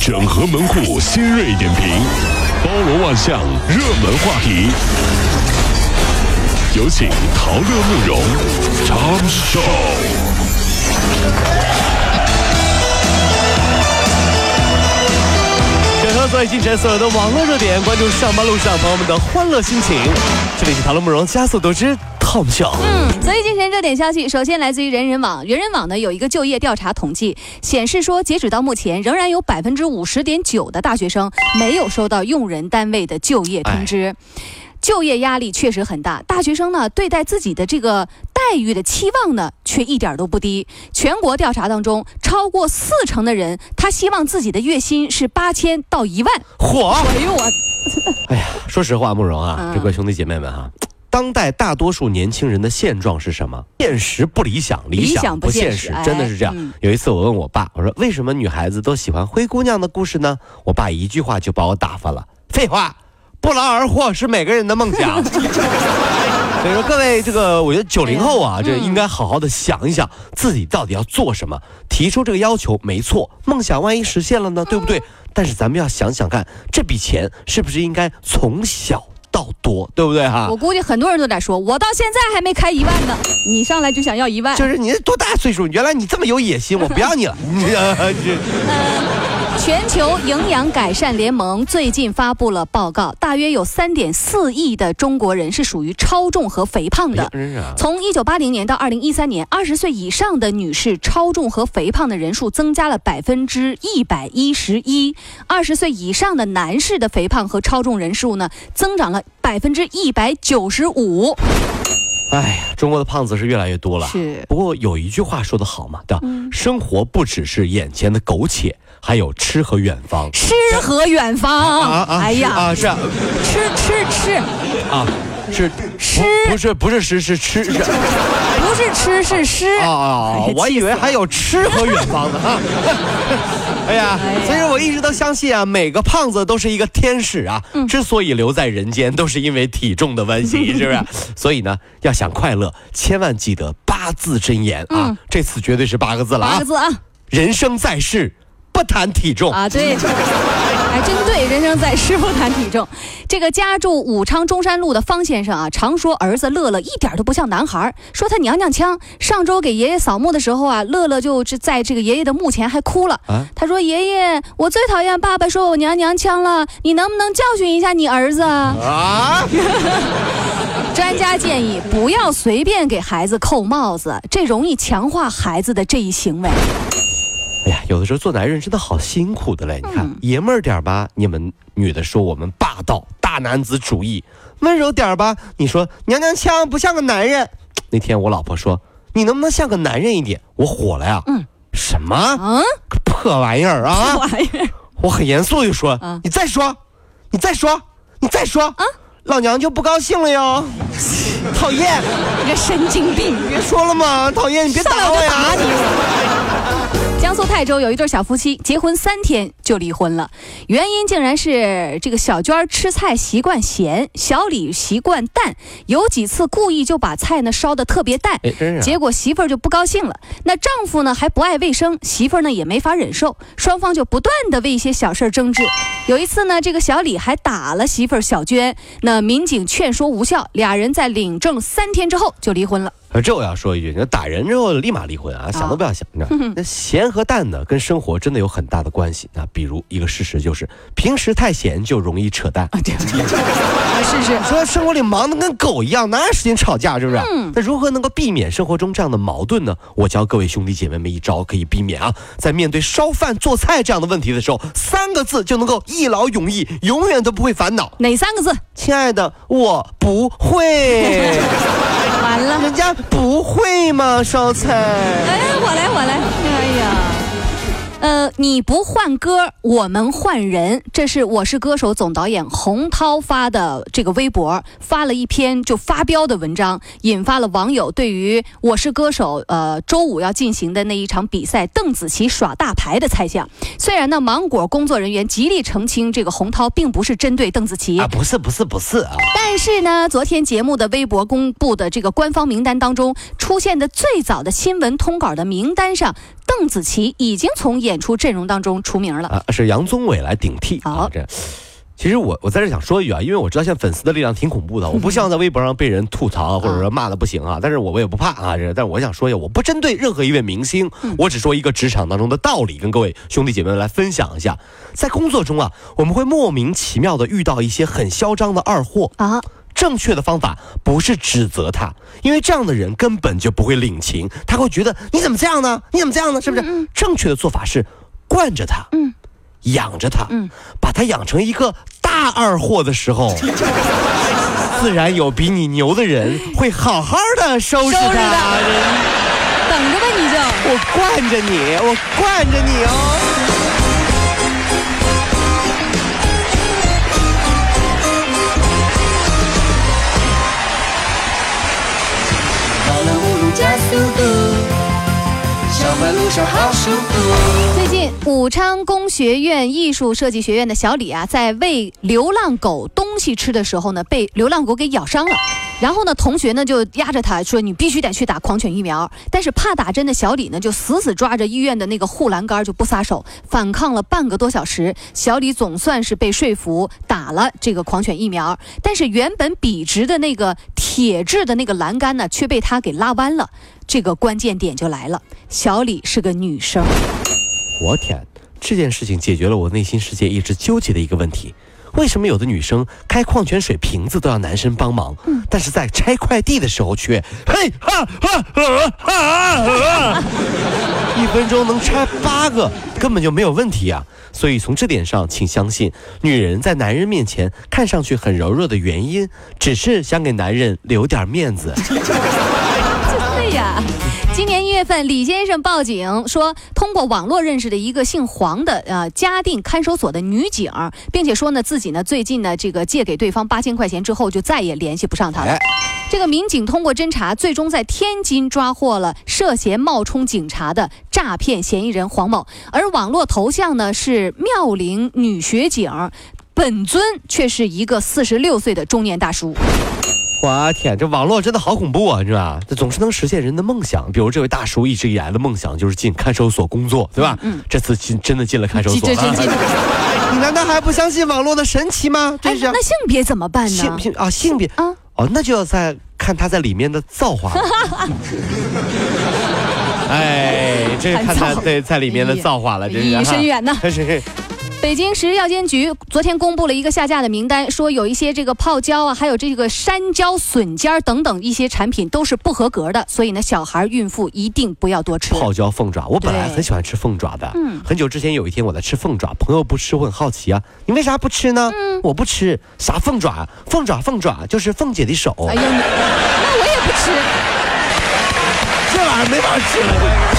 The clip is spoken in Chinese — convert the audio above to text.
整合门户新锐点评，包罗万象，热门话题。有请陶乐慕容长寿。 整合最近所有的网络热点，关注上班路上朋友们的欢乐心情。这里是陶乐慕容加速度之 Tom Show。 所以今天热点消息，首先来自于人人网。人人网呢有一个就业调查统计显示说，截止到目前，仍然有50.9%的大学生没有收到用人单位的就业通知。就业压力确实很大，大学生呢对待自己的这个待遇的期望呢却一点都不低。全国调查当中，超过40%的人他希望自己的月薪是8000到1万。 嚯！ 哎呦我， 哎呀，说实话，慕容啊，这个兄弟姐妹们哈。当代大多数年轻人的现状是什么？现实不理想，理想不现实，真的是这样。有一次我问我爸，我说为什么女孩子都喜欢灰姑娘的故事呢？我爸一句话就把我打发了。废话，不劳而获是每个人的梦想。所以说各位，这个我觉得90后啊，这应该好好的想一想自己到底要做什么。提出这个要求没错，梦想万一实现了呢，对不对？但是咱们要想想看，这笔钱是不是应该从小到多，对不对哈？ 我估计很多人都在说，我到现在还没开1万呢，你上来就想要1万， 就是你多大岁数？原来你这么有野心，我不要你了。 全球营养改善联盟最近发布了报告，大约有3.4亿的中国人是属于超重和肥胖的。从1980年到2013年，20岁以上的女士超重和肥胖的人数增加了111%，20岁以上的男士的肥胖和超重人数呢，增长了195%。 哎呀，中国的胖子是越来越多了。 是。 不过有一句话说得好嘛，对吧？生活不只是眼前的苟且，还有诗和远方。 诗和远方。哎呀， 是啊， 吃啊，是诗， 不是诗，是吃，是不是吃是诗啊！我以为还有吃和远方呢哈。哎呀，所以我一直都相信啊，每个胖子都是一个天使啊。之所以留在人间，都是因为体重的关系，是不是？所以呢，要想快乐，千万记得8字真言啊！这次绝对是8个字了啊！8 个字啊！ 人生在世，不谈体重啊！对。还真对，人生在世不谈体重。这个家住武昌中山路的方先生啊，常说儿子乐乐一点都不像男孩，说他娘娘腔。上周给爷爷扫墓的时候啊，乐乐就在这个爷爷的墓前还哭了。他说：“爷爷，我最讨厌爸爸说我娘娘腔了，你能不能教训一下你儿子啊？”专家建议不要随便给孩子扣帽子，这容易强化孩子的这一行为。 哎呀，有的时候做男人真的好辛苦的嘞！你看，爷们儿点吧，你们女的说我们霸道大男子主义；温柔点吧，你说娘娘腔不像个男人。那天我老婆说：“你能不能像个男人一点？”我火了呀！什么？破玩意儿啊！ 破玩意儿！ 我很严肃地说：“你再说，你再说，你再说啊！老娘就不高兴了哟！讨厌！ 你个神经病！ 别说了嘛，讨厌！你别打我呀！ 打你！”江苏泰州有一对小夫妻结婚3天就离婚了，原因竟然是这个小娟吃菜习惯咸，小李习惯淡，有几次故意就把菜呢烧得特别淡，结果媳妇儿就不高兴了。那丈夫呢还不爱卫生，媳妇儿呢也没法忍受，双方就不断的为一些小事争执。有一次呢，这个小李还打了媳妇儿小娟，那民警劝说无效，俩人在领证3天之后就离婚了。 这我要说一句，那打人之后立马离婚啊，想都不要想。那咸和淡呢，跟生活真的有很大的关系。那比如一个事实就是，平时太闲就容易扯淡。 是说生活里忙得跟狗一样，哪有时间吵架，是不是？那如何能够避免生活中这样的矛盾呢？我教各位兄弟姐妹们一招可以避免啊，在面对烧饭做菜这样的问题的时候，3个字就能够一劳永逸，永远都不会烦恼。 哪3个字？ 亲爱的，我不会。 完了， 人家不会吗？烧菜。 我来。你不换歌，我们换人。这是我是歌手总导演洪涛发的这个微博，发了一篇就发飙的文章，引发了网友对于我是歌手周5要进行的那一场比赛邓紫棋耍大牌的猜想。虽然芒果工作人员极力澄清这个洪涛并不是针对邓紫棋啊，不是啊， 但但是呢，昨天节目的微博公布的这个官方名单当中出现的最早的新闻通稿的名单上，邓紫棋已经从演出阵容当中除名了， 是杨宗纬来顶替。 好， 这。其实我在这想说一句啊，因为我知道现在粉丝的力量挺恐怖的，我不希望在微博上被人吐槽或者说骂的不行啊，但是我也不怕啊，但是我想说一下，我不针对任何一位明星，我只说一个职场当中的道理，跟各位兄弟姐妹们来分享一下。在工作中啊，我们会莫名其妙的遇到一些很嚣张的二货啊。正确的方法不是指责他，因为这样的人根本就不会领情，他会觉得你怎么这样呢？你怎么这样呢？是不是？正确的做法是惯着他，养着他，把他养成一个大二货的时候，自然有比你牛的人会好好的收拾他。 等着吧，你就我惯着你，我惯着你哦。 加速度，上班路上好舒服。 最近武昌工学院艺术设计学院的小李啊，在喂流浪狗东西吃的时候呢，被流浪狗给咬伤了。然后呢，同学呢就压着他说：“你必须得去打狂犬疫苗。”但是怕打针的小李呢，就死死抓着医院的那个护栏杆就不撒手，反抗了半个多小时。小李总算是被说服打了这个狂犬疫苗，但是原本笔直的那个铁质的那个栏杆呢，却被他给拉弯了。这个关键点就来了，小李是个女生。 我天，这件事情解决了我内心世界一直纠结的一个问题。为什么有的女生开矿泉水瓶子都要男生帮忙，但是在拆快递的时候却嘿哈哈1分钟能拆8个，根本就没有问题啊！所以从这点上，请相信，女人在男人面前看上去很柔弱的原因，只是想给男人留点面子。 对呀。今年1月份，李先生报警说，通过网络认识的一个姓黄的嘉定看守所的女警，并且说呢自己呢最近呢这个借给对方8000块钱之后就再也联系不上他了。这个民警通过侦查，最终在天津抓获了涉嫌冒充警察的诈骗嫌疑人黄某，而网络头像呢是妙龄女学警，本尊却是一个46岁的中年大叔。 我天，这网络真的好恐怖啊，是吧？这总是能实现人的梦想，比如这位大叔一直以来的梦想就是进看守所工作，对吧？这次真的进了看守所。你难道还不相信网络的神奇吗？这是。 那性别怎么办呢？ 性别啊，那就要再看他在里面的造化了。这看他在里面的造化了，真是。 离深远呢。北京市药监局昨天公布了一个下架的名单，说有一些这个泡椒啊，还有这个山椒笋尖等等一些产品都是不合格的，所以呢，小孩、孕妇一定不要多吃。 泡椒凤爪，我本来很喜欢吃凤爪的。很久之前有一天我在吃凤爪，朋友不吃，我很好奇啊，你为啥不吃呢？我不吃，啥凤爪？凤爪就是凤姐的手。 哎呀，那我也不吃， 这玩意儿没法吃了。